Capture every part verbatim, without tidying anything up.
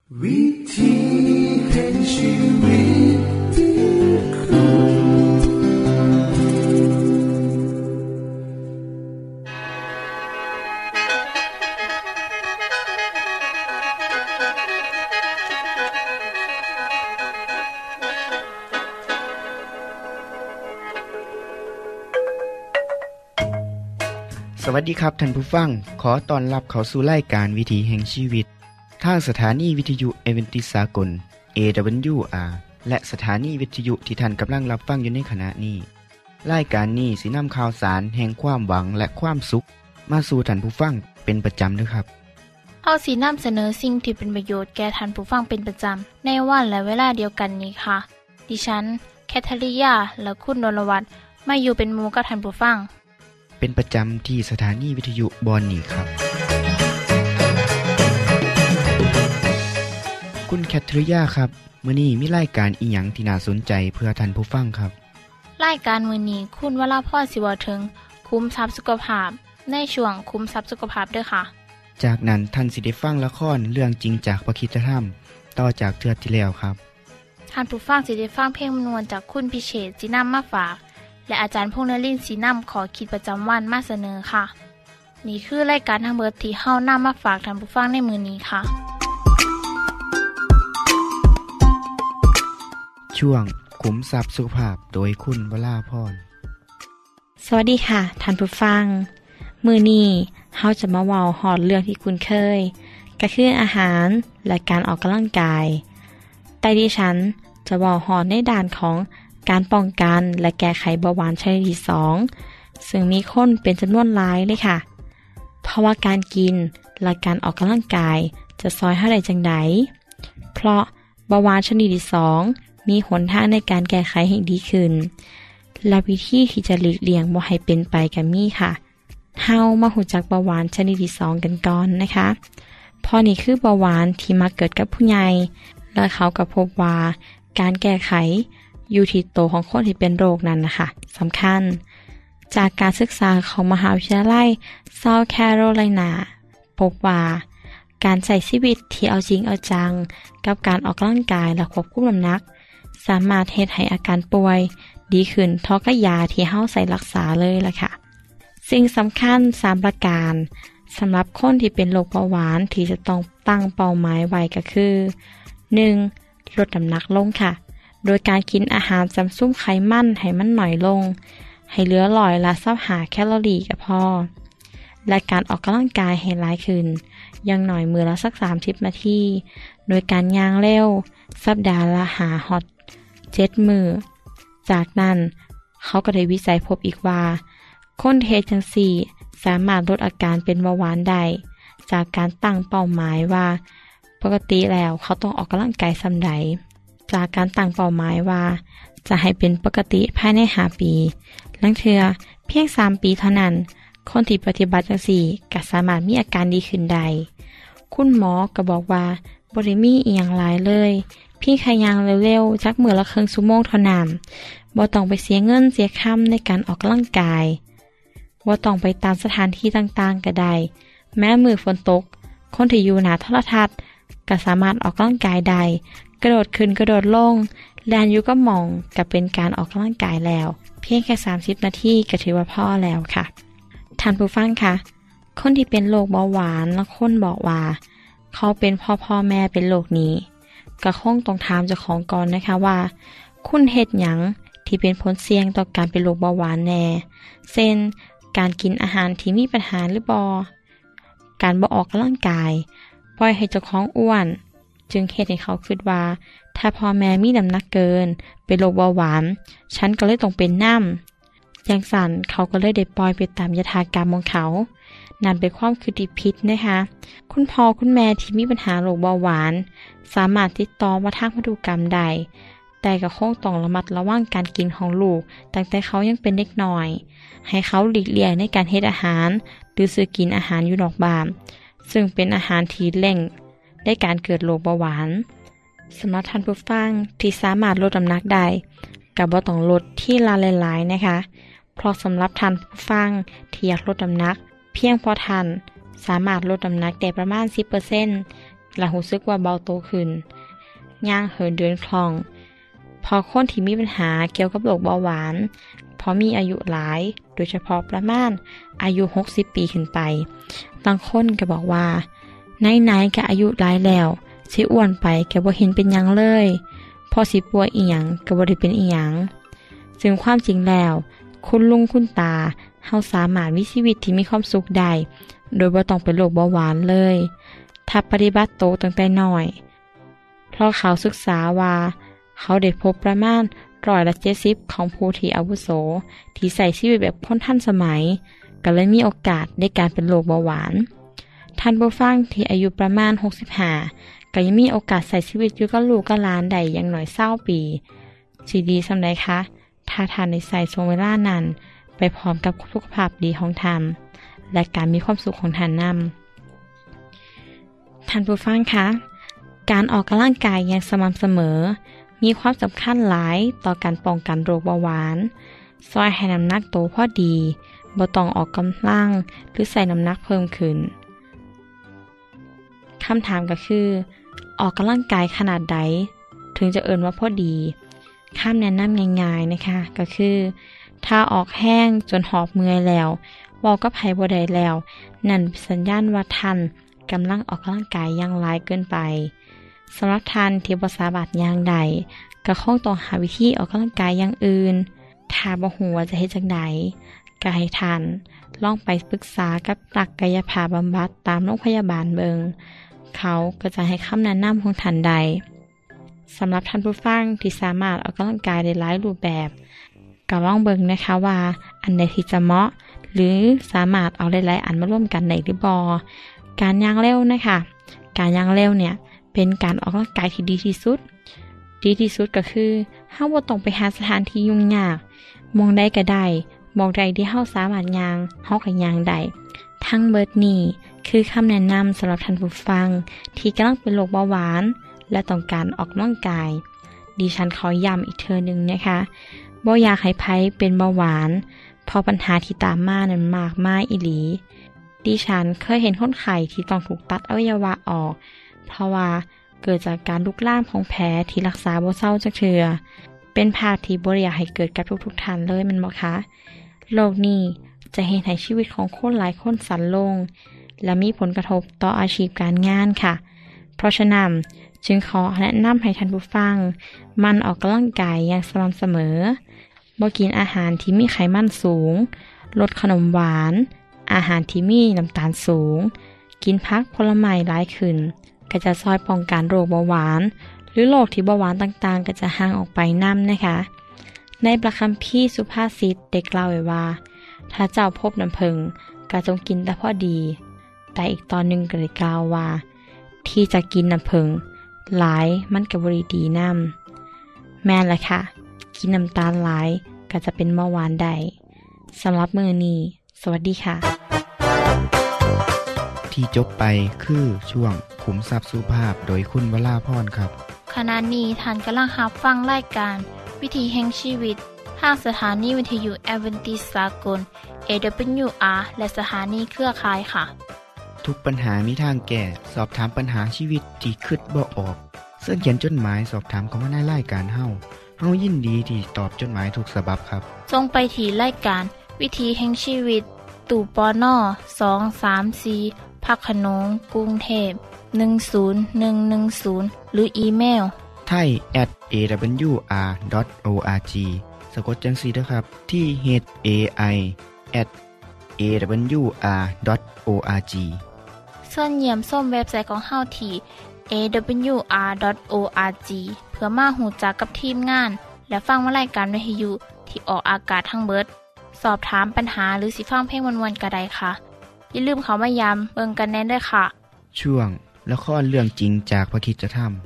วิธีแห่งชีวิตที่คุณสวัสดีครับท่านผู้ฟังขอต้อนรับเข้าสู่รายการวิถีแห่งชีวิตทางสถานีวิทยุเอเวนติสากล เอ ดับเบิลยู อาร์ และสถานีวิทยุที่ท่านกำลังรับฟังอยู่ในขณะนี้รายการนี้สินำข่าวสารแห่งความหวังและความสุขมาสู่ท่านผู้ฟังเป็นประจำด้วยครับเฮาสินำเสนอสิ่งที่เป็นประโยชน์แก่ท่านผู้ฟังเป็นประจำในวันและเวลาเดียวกันนี้ค่ะดิฉันแคทริยาและคุณนรวัตรมาอยู่เป็นหมู่กับท่านผู้ฟังเป็นประจำที่สถานีวิทยุบอนนี่ครับคุณแคทริยาครับมื้อนี้มีรายการอีหยังที่น่าสนใจเพื่อท่านผู้ฟังครับรายการมื้อนี้คุณวราพรสิเว้าถึงคุ้มทรัพย์สุขภาพในช่วงคุ้มทรัพย์สุขภาพด้วยค่ะจากนั้นท่านสิได้ฟังละครเรื่องจริงจากพระคริสตธรรมต่อจากเทื่อที่แล้วครับท่านผู้ฟังสิได้ฟังเพลงมนวนจากคุณพิเชษฐ์สินำมาฝากและอาจารย์พงษ์นฤมลศรีนำขอคิดประจำวันมาเสนอค่ะนี่คือรายการทั้งหมดที่เฮานำมาฝากท่านผู้ฟังในมื้อนี้ค่ะช่วงขุมทรัพย์สุขภาพโดยคุณวราพรสวัสดีค่ะท่านผู้ฟังมื้อนี้เฮาจะมาเว้าฮอดเรื่องที่คุณเคยก็คืออาหารและการออกกำลังกายแต่ดิฉันจะเว้าฮอดในด้านของการป้องกันและแก้ไขเบาหวานชนิดที่สองซึ่งมีคนเป็นจำนวนหลายเลยค่ะเพราะว่าการกินและการออกกำลังกายจะซอยเฮาได้จังไดเพราะเบาหวานชนิดที่สองมีหนทางในการแก้ไขให้ดีขึ้นและวิธีที่จะหลีกเลี่ยงบ่ให้เป็นไปก็มีค่ะเฮามารู้จักเบาหวานชนิดที่สองกันก่อนนะคะเพราะนี่คือเบาหวานที่มักเกิดกับผู้ใหญ่และเขาก็พบว่าการแก้ไขอยู่ที่โตของคนที่เป็นโรคนั้นนะคะสำคัญจากการศึกษาของมหาวิทยาลัยเซาท์แคโรไลนาพบว่าการใช้ชีวิตที่เอาจริงเอาจังกับการออกกำลังกายและควบคุมน้ำหนักสามารถเฮ็ดให้อาการป่วยดีขึ้นเท่ากับยาที่เฮาใส่รักษาเลยล่ะค่ะสิ่งสำคัญสามประการสำหรับคนที่เป็นโรคเบาหวานที่จะต้องตั้งเป้าหมายไว้ก็คือ หนึ่ง ลดน้ำหนักลงค่ะโดยการกินอาหารจำซุ่มไขมันให้มันหน่อยลงให้เหลือร้อยละสิบห้าแคลอรี่ก็พอและการออกกำลังกายให้หลายขึ้นอย่างหน่อยมื้อละสักสามสิบนาทีโดยการย่างเร็วสัปดาห์ละห้าฮอตเจ็ดมื้อจากนั้นเขาก็ได้วิจัยพบอีกว่าคนเฮ็ดจังซี่สามารถลดอาการเป็นเบาหวานได้จากการตั้งเป้าหมายว่าปกติแล้วเขาต้องออกกำลังกายส่ำใดจากการตั้งเป้าหมายว่าจะให้เป็นปกติภายในห้าปีลังเทื่อเพียงสามปีเท่านั้นคนที่ปฏิบัติจังซี่ก็สามารถมีอาการดีขึ้นได้คุณหมอก็บอกว่าบ่ได้มีอีหยังหลายเลยเพียงแค่ย่างเร็วๆจักมื้อละครึ่งชั่วโมงเท่านั้นบ่ต้องไปเสียเงินเสียค่าในการออกกำลังกายบ่ต้องไปตามสถานที่ต่างๆก็ได้แม้มื้อฝนตกคนที่อยู่หน้าโทรทัศน์ก็สามารถออกกำลังกายได้กระโดดขึ้นกระโดดลงแล่นอยู่ก็มองก็เป็นการออกกำลังกายแล้วเพียงแค่สามสิบนาทีก็ถือว่าพอแล้วค่ะท่านผู้ฟังคะคนที่เป็นโรคเบาหวานและคนบอกว่าเขาเป็นพ่อพ่อแม่เป็นโรคนี้ก็คงต้องถามเจ้าของก่อนนะคะว่าคุณเฮ็ดหยังที่เป็นผลเสี่ยงต่อการเป็นโรคเบาหวานแน่เช่นการกินอาหารที่มีปัญหาหรือบ่การบ่ออกกำลังกายปล่อยให้เจ้าของอ้วนจึงเฮ็ดให้เขาคิดว่าถ้าพ่อแม่มีน้ำหนักเกินเป็นโรคเบาหวานฉันก็เลยต้องเป็นนำอย่างสั่นเขาก็เลยได้ปล่อยไปตามยถากรรมของเขานั่นเป็นความคิดที่ผิดนะคะคุณพ่อคุณแม่ที่มีปัญหาโรคเบาหวานสามารถติดต่อมาทางพันธุกรรมได้แต่ก็คงต้องระมัดระวังการกินของลูกตั้งแต่เขายังเป็นเด็กน้อยให้เขาหลีกเลี่ยงในการเฮ็ดอาหารหรือซื้อกินอาหารอยู่นอกบ้านซึ่งเป็นอาหารที่เร่งได้การเกิดโรคเบาหวานสำหรับท่านผู้ฟังที่สามารถลดน้ำหนักได้ก็บ่ต้องลดที่ละหลายๆนะคะเพราะสำหรับท่านผู้ฟังที่อยากลดน้ำหนักเพียงพอท่านสามารถลดน้ำหนักได้ประมาณ สิบเปอร์เซ็นต์และรู้สึกว่าเบาโตขึ้นย่างเหินเดินคล่องพอคนที่มีปัญหาเกี่ยวกับโรคเบาหวานพอมีอายุหลายโดยเฉพาะประมาณอายุหกสิบปีขึ้นไปบางคนก็บอกว่าไหนๆก็อายุหลายแล้วสิอ้วนไปก็บ่เห็นเป็นหยังเลยพอสิป่วยอีหยังก็บ่ได้เป็นอีหยังซึ่งความจริงแล้วคุณลุงคุณตาเฮาสามารถมีชีวิตที่มีความสุขได้โดยบ่ต้องเป็นโรคเบาหวานเลยถ้าปฏิบัติโตตั้งแต่น้อยเพราะเขาศึกษาว่าเขาได้พบประมาณร้อยละเจ็ดสิบของผู้ที่อาวุโสที่ใส่ชีวิตแบบคนทันสมัยก็เลยมีโอกาสในการเป็นโรคเบาหวานท่านผู้ฟังที่อายุประมาณหกสิบห้าก็ยังมีโอกาสใส่ชีวิตอยู่กับลูกกับหลานได้อย่างน้อยเศร้าปีสิดีสำใดคะถ้าท่านได้ใส่ช่วงเวลานั้นไปพร้อมกับสุขภาพดีของท่านและการมีความสุขของท่านนำท่านผู้ฟังคะการออกกำลังกายอย่างสม่ำเสมอมีความสำคัญหลายต่อการป้องกันโรคเบาหวานซอยให้น้ำหนักโตพอดีบ่ต้องออกกำลังหรือใส่น้ำหนักเพิ่มขึ้นคำถามก็คือออกกำลังกายขนาดใดถึงจะเอิ้นว่าพอดีคำแนะนำง่ายๆนะคะก็คือถ้าออกแห้งจนหอบเมื่อยแล้วเว้ากับไผบ่ได้แล้วนั่นเป็นสัญญาณว่าท่านกำลังออกกำลังกายอย่างหลายเกินไปสำหรับท่านที่บ่สามารถย่างได้ก็คงต้องหาวิธีออกกำลังกายอย่างอื่นถ้าบ่ฮู้ว่าจะเฮ็ดจั่งใดก็ให้ท่านลองไปปรึกษากับนักกายภาพบำบัดตามโรงพยาบาลเบิงเขาก็จะให้คำแนะนำของท่านใดสำหรับท่านผู้ฟังที่สามารถออกกำลังกายได้หลายรูปแบบก็ลองเบิงนะคะว่าอันใดที่จะเหมาะหรือสามารถเอาหลายๆอันมาร่วมกันได้หรือบ่การย่างเร็วนะคะการย่างเร็วเนี่ยเป็นการออกกำลังกายที่ดีที่สุดดีที่สุดก็คือเฮาบ่ต้องไปหาสถานที่ยุ่งยากมองได้ก็ได้มองใดที่เฮาสามารถย่างเฮาก็ย่างได้ทั้งเบิดนี้คือคำแนะนำสำหรับท่านผู้ฟังที่กำลังเป็นโรคเบาหวานและต้องการออกกำลังกายดิฉันขอย้ำอีกเทื่อนึงนะคะบ่อยากให้ไผเป็นเบาหวานเพราะปัญหาที่ตามมานั้นมากมายอีหลีดิฉันเคยเห็นคนไข้ที่ต้องถูกตัดอวัยวะออกเพราะว่าเกิดจากการลุกลามของแผลที่รักษาบ่เศร้าจักเทื่อเป็นภาพที่บ่อยากให้เกิดกับทุกๆท่านเลยแม่นบ่คะโรคนี้จะเฮ็ดให้ชีวิตของคนหลายคนสั่นลงและมีผลกระทบต่ออาชีพการงานค่ะเพราะฉะนั้นจึงขอแนะนำให้ท่านผู้ฟังมันออกกำลังกายอย่างสม่ำเสมอบ่กินอาหารที่มีไขมันสูงลดขนมหวานอาหารที่มีน้ำตาลสูงกินผักผลไม้หลายขึ้นก็จะช่วยป้องกันโรคเบาหวานหรือโรคที่เบาหวานต่างๆก็จะห่างออกไปนำนะคะในพระคัมภีร์สุภาษิตได้กล่าวไว้ว่าถ้าเจ้าพบน้ำผึ้งก็จงกินแต่พอดีแต่อีกตอนหนึ่งก็ได้กล่าวว่าที่จะกินน้ำผึ้งหลายมันก็บ่ดีนำแม่นล่ะค่ะกินน้ำตาลหลายก็จะเป็นเบาหวานได้สำหรับมื้อนี้สวัสดีค่ะที่จบไปคือช่วงขุมทรัพย์สุภาพโดยคุณวราพรครับขณะนี้ท่านกำลังรับฟังรายการวิถีแห่งชีวิตทางสถานีวิทยุแอดเวนทิสต์สากล เอ ดับเบิลยู อาร์ และสถานีเครือข่ายค่ะทุกปัญหามีทางแก้สอบถามปัญหาชีวิตที่คิดบ่ออกเสิร์ชเขียนจดหมายสอบถามเข้ามาในรายการเฮาเฮายินดีที่ตอบจดหมายทุกฉบับครับส่งไปที่รายการวิถีแห่งชีวิตตู้ปนสอง สาม สี่พักขนงกรุงเทพหนึ่ง ศูนย์ หนึ่ง หนึ่ง ศูนย์หรืออีเมลไทย แอท เอ ดับเบิลยู อาร์ ดอท โอ อาร์ จี สะกดจังซี่เด้อครับที่ เอช เอ ไอ แอท เอ ดับเบิลยู อาร์ ดอท โอ อาร์ จีส่วนเยี่ยมส้มเว็บไซต์ของเฮาที่ เอ ดับเบิลยู อาร์ ดอท โอ อาร์ จี เพื่อมาหูจักกับทีมงานและฟังวารายการวิทยุที่ออกอากาศทั้งเบิดสอบถามปัญหาหรือสิฟังเพลงม่วนๆก็ได้ค่ะอย่าลืมเข้ามาย้ำเบิ่งกันแน่นด้วยค่ะช่วงละครเรื่องจริงจากพระคริสตธรรม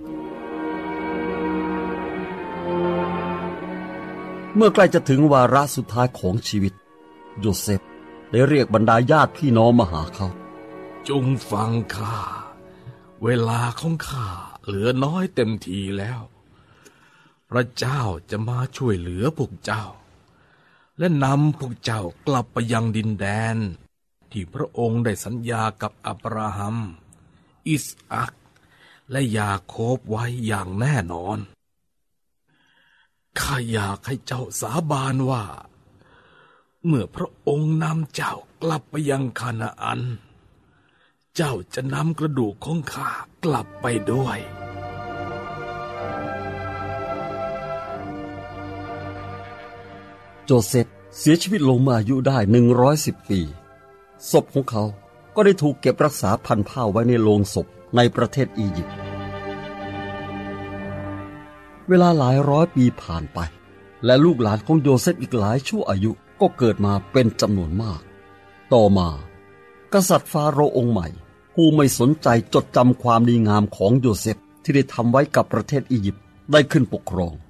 เมื่อใกล้จะถึงวาระสุดท้ายของชีวิตโยเซฟได้เรียกบรรดาญาติพี่น้องมาหาเขาจงฟังข้าเวลาของข้าเหลือน้อยเต็มทีแล้วพระเจ้าจะมาช่วยเหลือพวกเจ้าและนำพวกเจ้ากลับไปยังดินแดนที่พระองค์ได้สัญญากับอับราฮัมอิสอัคและยาโคบไว้อย่างแน่นอนข้าอยากให้เจ้าสาบานว่าเมื่อพระองค์นำเจ้ากลับไปยังคานาอันเจ้าจะนำกระดูกของข้ากลับไปด้วยโจเซฟเสียชีวิตลงมาอายุได้หนึ่งร้อยสิบปีศพของเขาก็ได้ถูกเก็บรักษาพันผ้าไว้ในโลงศพในประเทศอียิปต์เวลาหลายร้อยปีผ่านไปและลูกหลานของโยเซฟอีกหลายชั่วอายุก็เกิดมาเป็นจำนวนมากต่อมากษัตริย์ฟาโรห์องค์ใหม่ผู้ไม่สนใจจดจำความดีงามของโยเซฟที่ได้ทำไว้กับประเทศอียิปต์ได้ขึ้นปกครอง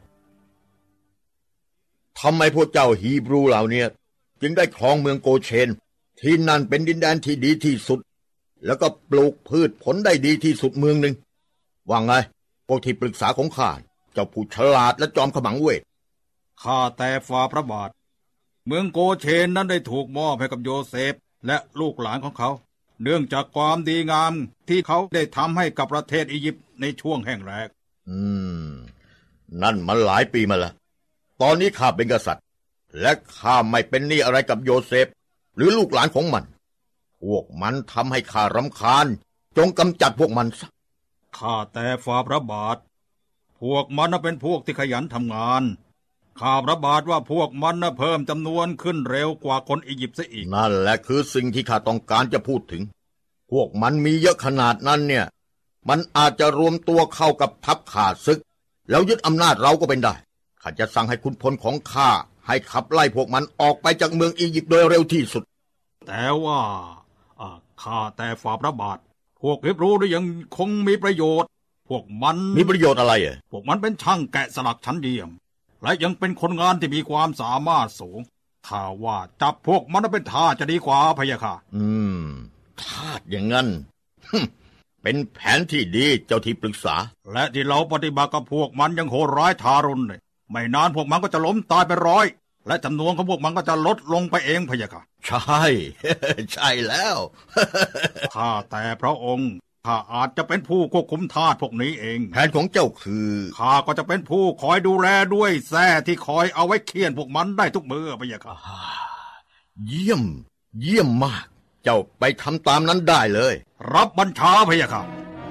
ทำไมพวกเจ้าฮีบรูเหล่านี้จึงได้ครองเมืองโกเชนที่นั่นเป็นดินแดนที่ดีที่สุดแล้วก็ปลูกพืชผลได้ดีที่สุดเมืองหนึ่งว่าไงพวกที่ปรึกษาของข้าเจ้าผู้ฉลาดและจอมขมังเวทข้าแต่ฝ่าพระบาทเมืองโกเชนนั้นได้ถูกมอบให้กับโยเซฟและลูกหลานของเขาเนื่องจากความดีงามที่เขาได้ทำให้กับประเทศอียิปต์ในช่วงแห้งแล้งอืมนั่นมันหลายปีมาแล้วตอนนี้ข้าเป็นกษัตริย์และข้าไม่เป็นหนี้อะไรกับโยเซฟหรือลูกหลานของมันพวกมันทำให้ข้ารำคาญจงกำจัดพวกมันซะข้าแต่ฝ่าพระบาทพวกมันน่ะเป็นพวกที่ขยันทำงานข้าพระบาทว่าพวกมันน่ะเพิ่มจำนวนขึ้นเร็วกว่าคนอียิปต์ซะอีกนั่นแหละคือสิ่งที่ข้าต้องการจะพูดถึงพวกมันมีเยอะขนาดนั้นเนี่ยมันอาจจะรวมตัวเข้ากับทัพข้าศึกแล้วยึดอำนาจเราก็เป็นได้ข้าจะสั่งให้ขุนพลของข้าให้ขับไล่พวกมันออกไปจากเมืองอียิปต์โดยเร็วที่สุดแต่ว่าข้าแต่ฝ่าพระบาทพวกฮิบรูนี่ยังคงมีประโยชน์พวกมันมีประโยชน์อะไรอ่ะพวกมันเป็นช่างแกะสลักชั้นเยี่ยมและยังเป็นคนงานที่มีความสามารถสูงข้าว่าจับพวกมันเป็นทาสจะดีกว่าพะยะค่ะอืมทาสอย่างนั้น เป็นแผนที่ดีเจ้าที่ปรึกษาและที่เราปฏิบัติกับพวกมันยังโหดร้ายทารุณเลยไม่นานพวกมันก็จะล้มตายไปร้อยและจำนวนของพวกมันก็จะลดลงไปเองพะยะค่ะใช่ ใช่แล้วข้าแต่พระองค์ข้าอาจจะเป็นผู้ควบคุมทาสพวกนี้เองแผนของเจ้าคือข้าก็จะเป็นผู้คอยดูแลด้วยแส้ที่คอยเอาไว้เคี่ยนพวกมันได้ทุกมื้อพะยะค่ะเยี่ยมเยี่ยมมากเจ้าไปทำตามนั้นได้เลยรับบัญชาพะยะค่ะ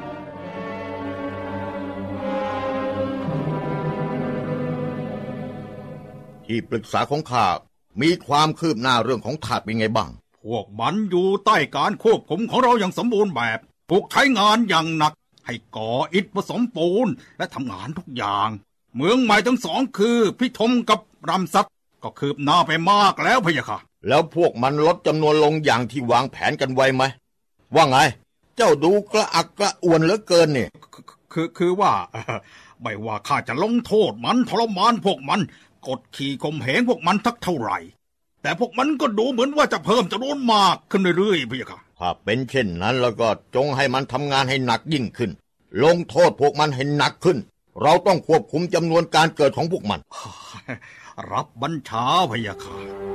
ที่ปรึกษาของข้ามีความคืบหน้าเรื่องของทาสเป็นไงบ้างพวกมันอยู่ใต้การควบคุมของเราอย่างสมบูรณ์แบบถูกใช้งานอย่างหนักให้ก่ออิฐผสมปูนและทำงานทุกอย่างเมืองใหม่ทั้งสองคือพิทมกับรัมซัสก็คืบหน้าไปมากแล้วพะยะค่ะแล้วพวกมันลดจำนวนลงอย่างที่วางแผนกันไว้ไหมว่าไงเจ้าดูกระอักกระอ่วนเหลือเกินนี่คือคือว่าไม่ว่าข้าจะลงโทษมันทรมานพวกมันกดขี่ข่มเหงพวกมันทักเท่าไหร่แต่พวกมันก็ดูเหมือนว่าจะเพิ่มจำนวนมากขึ้นเรื่อยๆพะยะค่ะถ้าเป็นเช่นนั้นแล้วก็จงให้มันทำงานให้หนักยิ่งขึ้นลงโทษพวกมันให้หนักขึ้นเราต้องควบคุมจำนวนการเกิดของพวกมันรับบัญชาพะยะค่ะ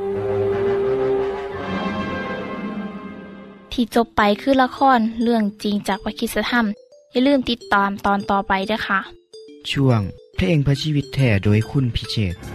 ที่จบไปคือละครเรื่องจริงจากวคิสธรรมอย่าลืมติดตามตอนต่อไปด้วยค่ะช่วงเพลงพระชีวิตแท้โดยคุณพิเชษฐ์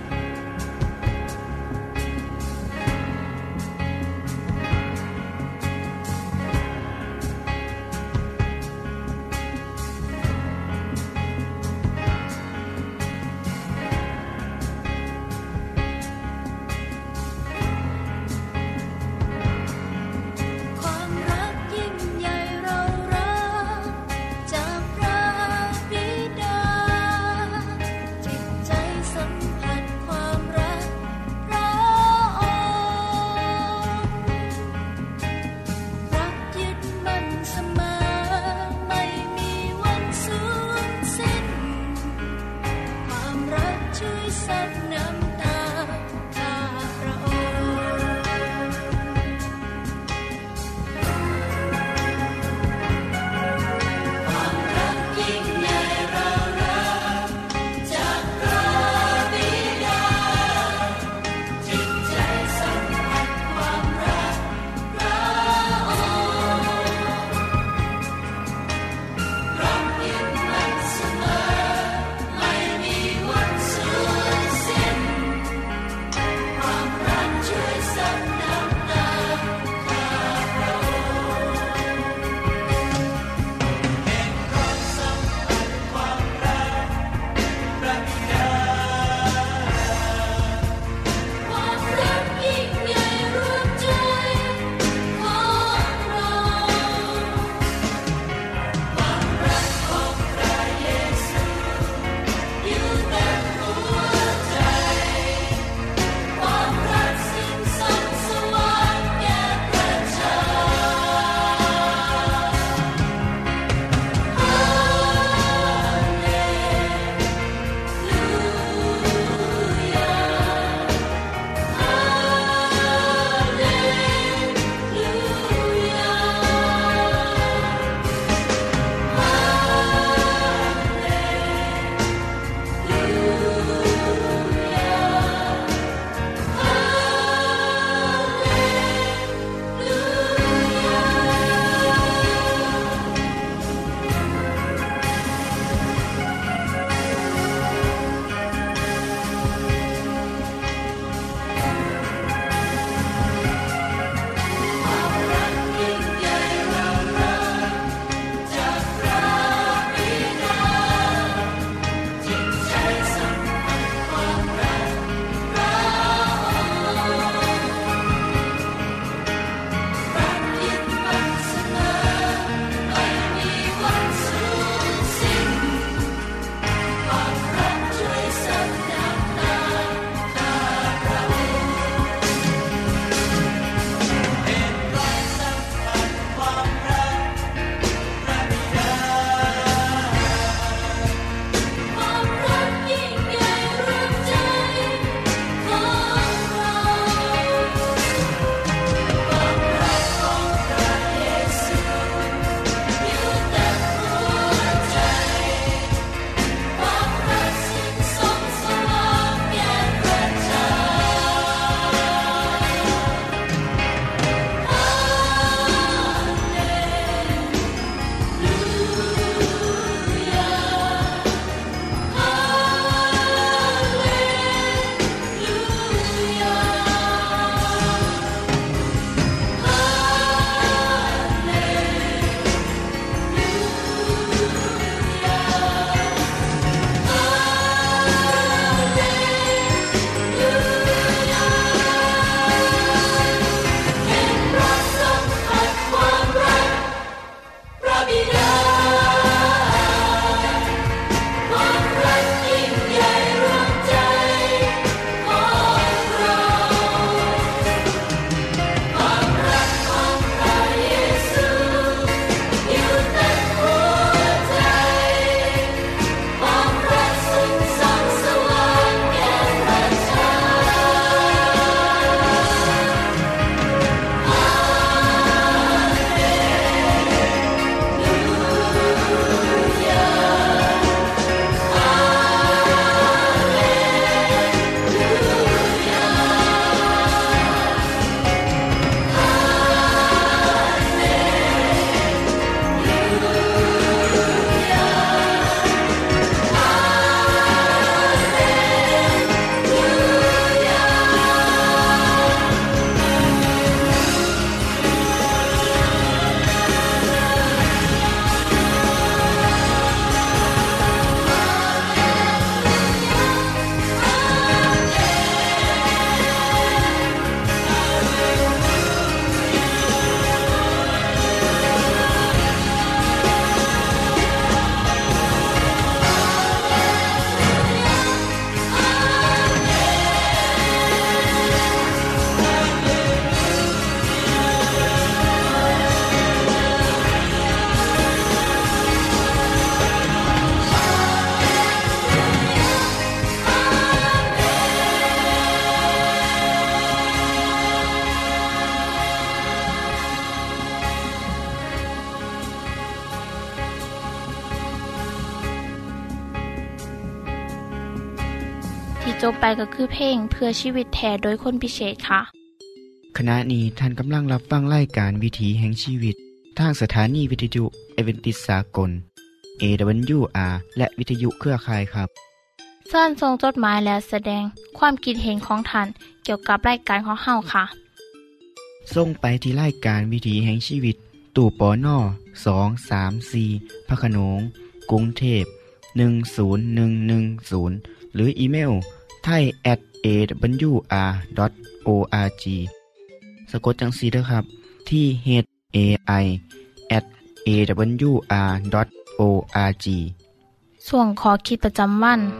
Yeah. ที่จบไปก็คือเพลงเพื่อชีวิตแท้โดยคนพิเศษค่ะขณะนี้ท่านกำลังรับฟังรายการวิถีแห่งชีวิตทางสถานีวิทยุเอเวนติสากล เอ ดับเบิลยู อาร์ และวิทยุเครือข่ายครับเชิญส่งจดหมายและแสดงความคิดเห็นของท่านเกี่ยวกับรายการของเฮาค่ะส่งไปที่รายการวิถีแห่งชีวิตตู้ปนสองสามสี่พระโขนงกรุงเทพหนึ่งศูนย์หนึ่งหนึ่งศูนย์หรืออีเมล ไทย แอท เอ ดับเบิลยู อาร์ ดอท โอ อาร์ จี สะกดจังซี่เด้อครับที่ เอช เอ ไอ แอท เอ ดับเบิลยู อาร์ ดอท โอ อาร์ จีส่วนขอคิดประจำวัน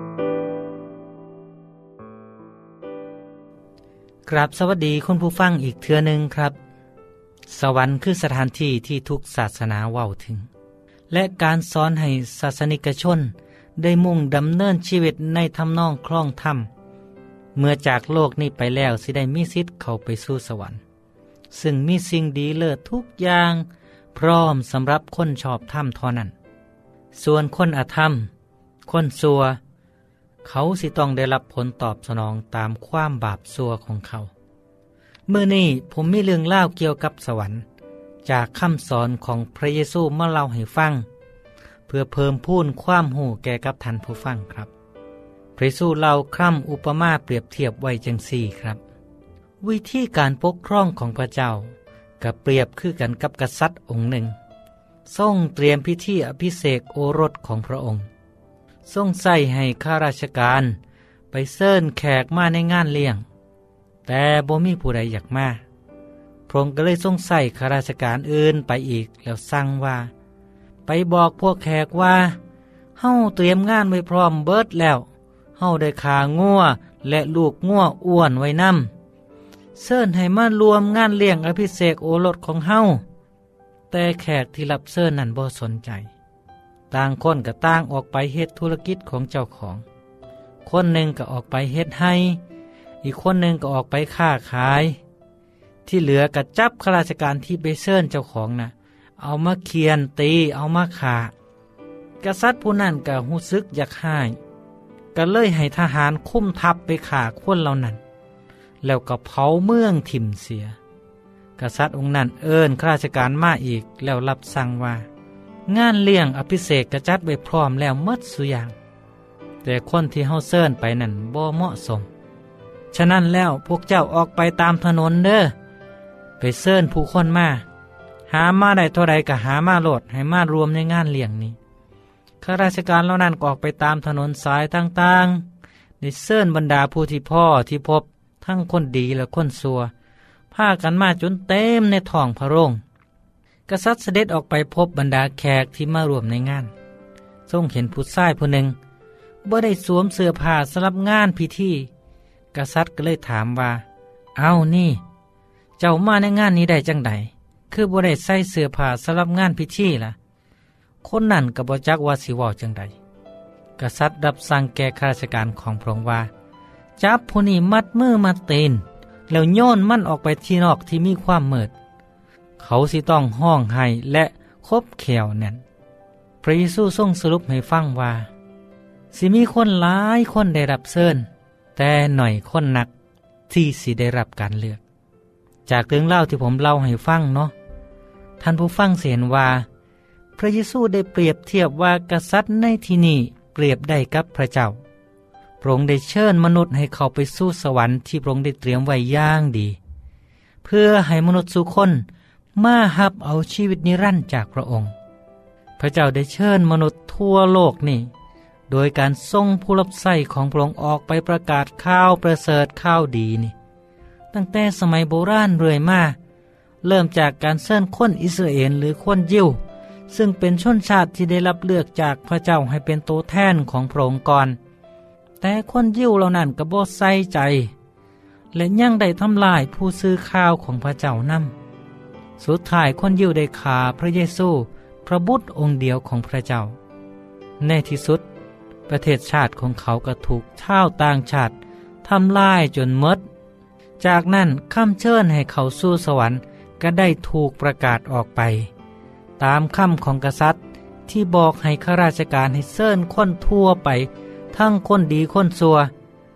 ครับสวัสดีคุณผู้ฟังอีกเทื่อนึงครับสวรรค์คือสถานที่ที่ทุกศาสนาเว้าถึงและการสอนให้ศาสนิกชนได้มุ่งดำเนินชีวิตในทำนองคล่องธรรมเมื่อจากโลกนี้ไปแล้วสิได้มีสิทธิ์เข้าไปสู่สวรรค์ซึ่งมีสิ่งดีเลิศทุกอย่างพร้อมสำหรับคนชอบธรรมเท่านั้นส่วนคนอธรรมคนชั่วเขาสิต้องได้รับผลตอบสนองตามความบาปชั่วของเขาเมื่อนี้ผมมีเรื่องเล่าเกี่ยวกับสวรรค์จากคำสอนของพระเยซูมาเล่าให้ฟังเพื่อเพิ่มพูนความหูแก่กับท่านผู้ฟังครับพระเยซูเล่าคำอุปมาเปรียบเทียบไว้จังสี่ครับวิธีการปกครองของพระเจ้ากับเปรียบคือกันกับกษัตริย์องค์หนึ่งทรงเตรียมพิธีอภิเษกโอรสของพระองค์ทรงใส่ให้ข้าราชการไปเชิญแขกมาในงานเลี้ยงแต่บ่มีผู้ใดอยากมาพระองค์ก็เลยทรงใส่ข้าราชการอื่นไปอีกแล้วสั่งว่าไปบอกพวกแขกว่าเฮาเตรียมงานไว้พร้อมเบิดแล้วเฮาได้ขางัวและลูกงัวอ้วนไว้นำเชิญให้มารวมงานเลี้ยงอภิเษกโอรสของเฮาแต่แขกที่รับเชิญนั้นบ่สนใจต่างคนก็ต่างออกไปเฮ็ดธุรกิจของเจ้าของคนหนึ่งก็ออกไปเฮ็ดให้อีกคนหนึ่งก็ออกไปค้าขายที่เหลือก็จับข้าราชการที่ไปเชิญเจ้าของน่ะเอามาเคียนตีเอามาฆ่ากษัตริย์ผู้นั้นก็รู้สึกอยากให้ก็เลยให้ทหารคุ้มทัพไปฆ่าคนเหล่านั้นแล้วก็เผาเมืองถิ่มเสียกษัตริย์องค์นั้นเอิ้นข้าราชการมาอีกแล้วรับสั่งว่างานเลี้ยงอภิเษกกระจัดไว้พร้อมแล้วหมดสุอย่างแต่คนที่เฮาเชิญไปนั่นบ่เหมาะสมฉะนั้นแล้วพวกเจ้าออกไปตามถนนเด้อไปเชิญผู้คนมาหามาได้เท่าใดก็หามาโลดให้มารวมในงานเลี้ยงนี้ข้าราชการเหล่านั้นก็ออกไปตามถนนสายต่างๆได้เชิญบรรดาผู้ที่พ่อที่พบทั้งคนดีและคนชั่วพากันมาจนเต็มในท้องพระโรงกษัตริย์เสด็จออกไปพบบรรดาแขกที่มารวมในงานทรงเห็นผู้ชายผู้หนึ่งบ่ได้สวมเสื้อผ้าสำหรับงานพิธีกษัตริย์ก็เลยถามว่าเอานี่เจ้ามาในงานนี้ได้จังใดคือบ่ได้ใส่เสื้อผ้าสำหรับงานพิธีล่ะคนนั้นก็บ่จักว่าสิเว้าจังใดกษัตริย์รับสั่งแก่ข้าราชการของพระองค์ว่าจับผู้นี้มัดมือมัดตีนแล้วโยนมันออกไปที่นอกที่มีความมืดเขาสิต้องห้องไห้และคบแขวแน่นพระเยซูทรงสรุปให้ฟังว่าสิมีคนหลายคนได้รับเชิญแต่หน่อยคนนักที่สิได้รับการเลือกจากเรื่องเล่าที่ผมเล่าให้ฟังเนาะท่านผู้ฟังเห็นว่าพระเยซูได้เปรียบเทียบว่ากษัตริย์ในที่นี้เปรียบได้กับพระเจ้าพระองค์ได้เชิญมนุษย์ให้เข้าไปสู่สวรรค์ที่พระองค์ได้เตรียมไว้อย่างดีเพื่อให้มนุษย์ทุกคนมาหับเอาชีวิตนิรันดร์จากพระองค์พระเจ้าได้เชิญมนุษย์ทั่วโลกนี่โดยการส่งผู้รับใช้ของพระองค์ออกไปประกาศข่าวประเสริฐข่าวดีนี่ตั้งแต่สมัยโบราณเรื่อยมาเริ่มจากการเชิญคนอิสราเอลหรือคนยิวซึ่งเป็นชนชาติที่ได้รับเลือกจากพระเจ้าให้เป็นตัวแทนของพระองค์ก่อนแต่คนยิวเหล่านั้นก็บ่ใส่ใจและยังได้ทำลายผู้ซื้อข่าวของพระเจ้านำสุดท้ายคนยิวได้ฆ่าพระเยซูพระบุตรองค์เดียวของพระเจ้าในที่สุดประเทศชาติของเขาก็ถูกชาวต่างชาติทำลายจนหมดจากนั้นคำเชิญให้เขาสู่สวรรค์ก็ได้ถูกประกาศออกไปตามคำของกษัตริย์ที่บอกให้ข้าราชการให้เชิญคนทั่วไปทั้งคนดีคนชั่ว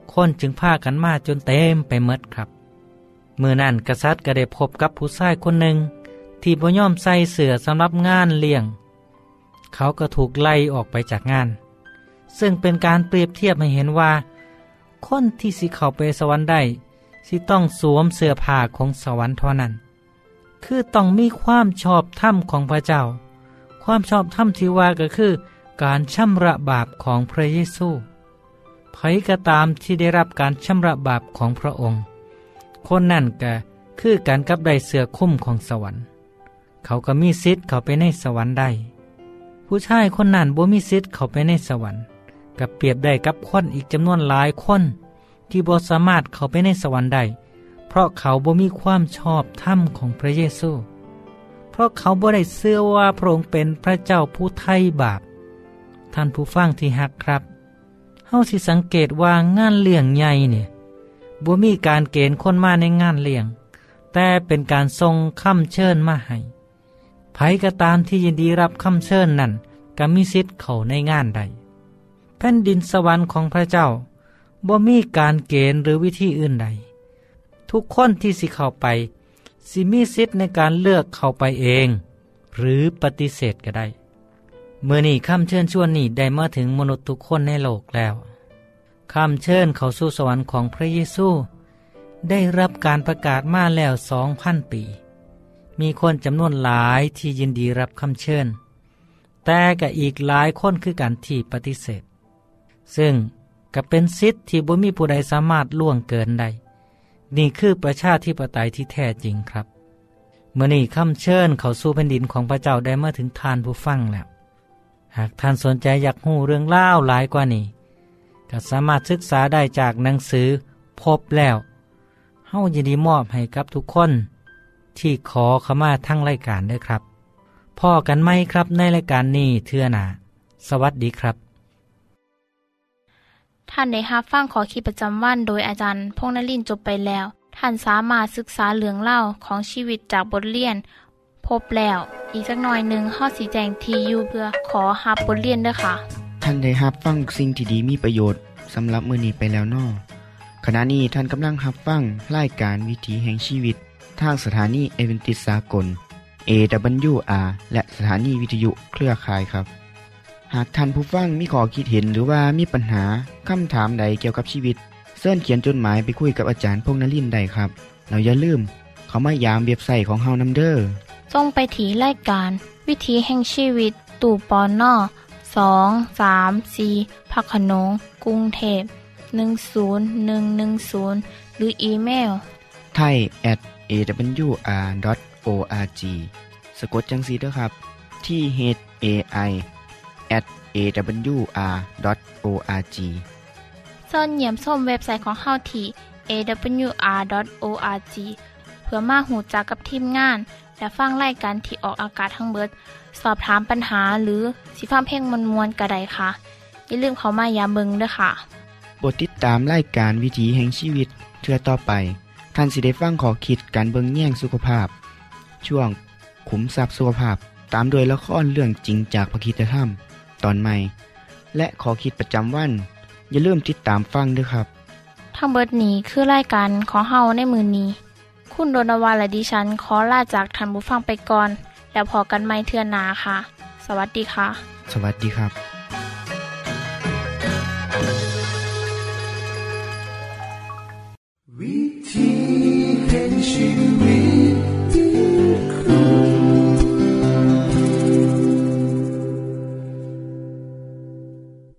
คนจึงพากันมาจนเต็มไปหมดครับมื้อนั้นกษัตริย์ก็ได้พบกับผู้ชายคนหนึ่งที่บ่ยอมใส่เสื้อสำหรับงานเลี้ยงเขาก็ถูกไล่ออกไปจากงานซึ่งเป็นการเปรียบเทียบให้เห็นว่าคนที่สิเข้าไปสวรรค์ได้สิต้องสวมเสื้อผ้าของสวรรค์เท่านั้นคือต้องมีความชอบธรรมของพระเจ้าความชอบธรรมที่ว่าก็คือการชำระบาปของพระเยซูใครก็ตามที่ได้รับการชำระบาปของพระองค์คนนั่นก็คือการกับได้เสื้อคลุมของสวรรค์เขาก็มีสิทธิ์เข้าไปในสวรรค์ได้ผู้ชายคนนั้นบ่มีสิทธิ์เข้าไปในสวรรค์กับเปรียบได้กับคนอีกจำนวนหลายคนที่บ่สามารถเข้าไปในสวรรค์ได้เพราะเขาบ่มีความชอบธรรมของพระเยซูเพราะเขาบ่ได้เชื่อว่าพระองค์เป็นพระเจ้าผู้ไถ่บาปท่านผู้ฟังที่รักครับเฮาสิสังเกตว่างานเลี้ยงใหญ่เนี่ยบ่มีการเกณฑ์คนมาในงานเลี้ยงแต่เป็นการส่งคำเชิญมาให้ไผก็ตามที่ยินดีรับคำเชิญนั้นก็มีสิทธิ์เข้าในงานได้แผ่นดินสวรรค์ของพระเจ้าบ่มีการเกณฑ์หรือวิธีอื่นใดทุกคนที่สิเข้าไปสิมีสิทธิ์ในการเลือกเข้าไปเองหรือปฏิเสธก็ได้เมื่อนี้คำเชิญชวนนี้ได้มาถึงมนุษย์ทุกคนในโลกแล้วคำเชิญเข้าสู่สวรรค์ของพระเยซูได้รับการประกาศมาแล้ว สองพัน ปีมีคนจำนวนหลายที่ยินดีรับคำเชิญแต่ก็อีกหลายคนคือกันที่ปฏิเสธซึ่งก็เป็นสิทธิ์ที่บ่มีผู้ใดสามารถล่วงเกินได้นี่คือประชาธิปไตยที่แท้จริงครับเมื่อนี้คำเชิญเข้าสู่แผ่นดินของพระเจ้าได้มาถึงทานผู้ฟังแล้วหากท่านสนใจอยากรู้เรื่องเล่าหลายกว่านี้ก็สามารถศึกษาได้จากหนังสือพบแล้วเฮายินดีมอบให้กับทุกคนที่ขอเข้ามาทั้งรายการด้วยครับพ่อกันไหมครับในรายการนี้เทื่อหน้าสวัสดีครับท่านได้รับฟังขอคิดประจำวันโดยอาจารย์พงษ์นฤมย์จบไปแล้วท่านสามารถศึกษาเรื่องเล่าของชีวิตจากบทเรียนพบแล้วอีกสักหน่อยหนึ่งเฮาสิแจ้งที่อยู่เพื่อขอรับบทเรียนด้วยค่ะท่านได้รับฟังสิ่งที่ดีมีประโยชน์สำหรับมื้อนี้ไปแล้วน้อขณะนี้ท่านกำลังรับฟังรายการวิถีแห่งชีวิตทางสถานีเอเวนติสากล เอ ดับเบิลยู อาร์ และสถานีวิทยุเครือข่ายครับหากท่านผู้ฟังมีข้อคิดเห็นหรือว่ามีปัญหาคำถามใดเกี่ยวกับชีวิตเชิญเขียนจดหมายไปคุยกับอาจารย์พงษ์นฤมย์ได้ครับเราอย่าลืมเขามายามเว็บไซต์ของเฮานำเด้อส่งไปที่รายการวิถีแห่งชีวิตตู่ปนสอง สาม สี่พักขนงกรุงเทพหนึ่ง ศูนย์ หนึ่ง หนึ่ง ศูนย์หรืออีเมลไทย แอท เอ ดับเบิลยู อาร์ ดอท โอ อาร์ จี สะกดจังซี่เด้อครับที่ เอช เอ ไอ แอท เอ ดับเบิลยู อาร์ ดอท โอ อาร์ จีส่วนเยี่ยมชมเว็บไซต์ของเฮาที่ เอ ดับเบิลยู อาร์ ดอท โอ อาร์ จี เพื่อมาหูจักกับทีมงานและฟังรายการที่ออกอากาศทั้งเบิดสอบถามปัญหาหรือสิฟังเพลงมวลๆก็ได้ค่ะอย่าลืมเข้ามายามเบิ่งด้วยค่ะโปรดติดตามรายการวิถีแห่งชีวิตเทื่อต่อไปท่านสิได้ฟังขอคิดการเบิ่งแย่งสุขภาพช่วงขุมทรัพย์สุขภาพตามโดยละครเรื่องจริงจากพระคริสตธรรมตอนใหม่และขอคิดประจำวันอย่าลืมติดตามฟังด้วยครับทั้งเบิดนี้คือรายการของเฮาในมื้อนี้คุณโดนวาและดิฉันขอลาจากท่านผู้ฟังไปก่อนแล้วพอกันใหม่เทื่อหน้าค่ะสวัสดีค่ะสวัสดีครับ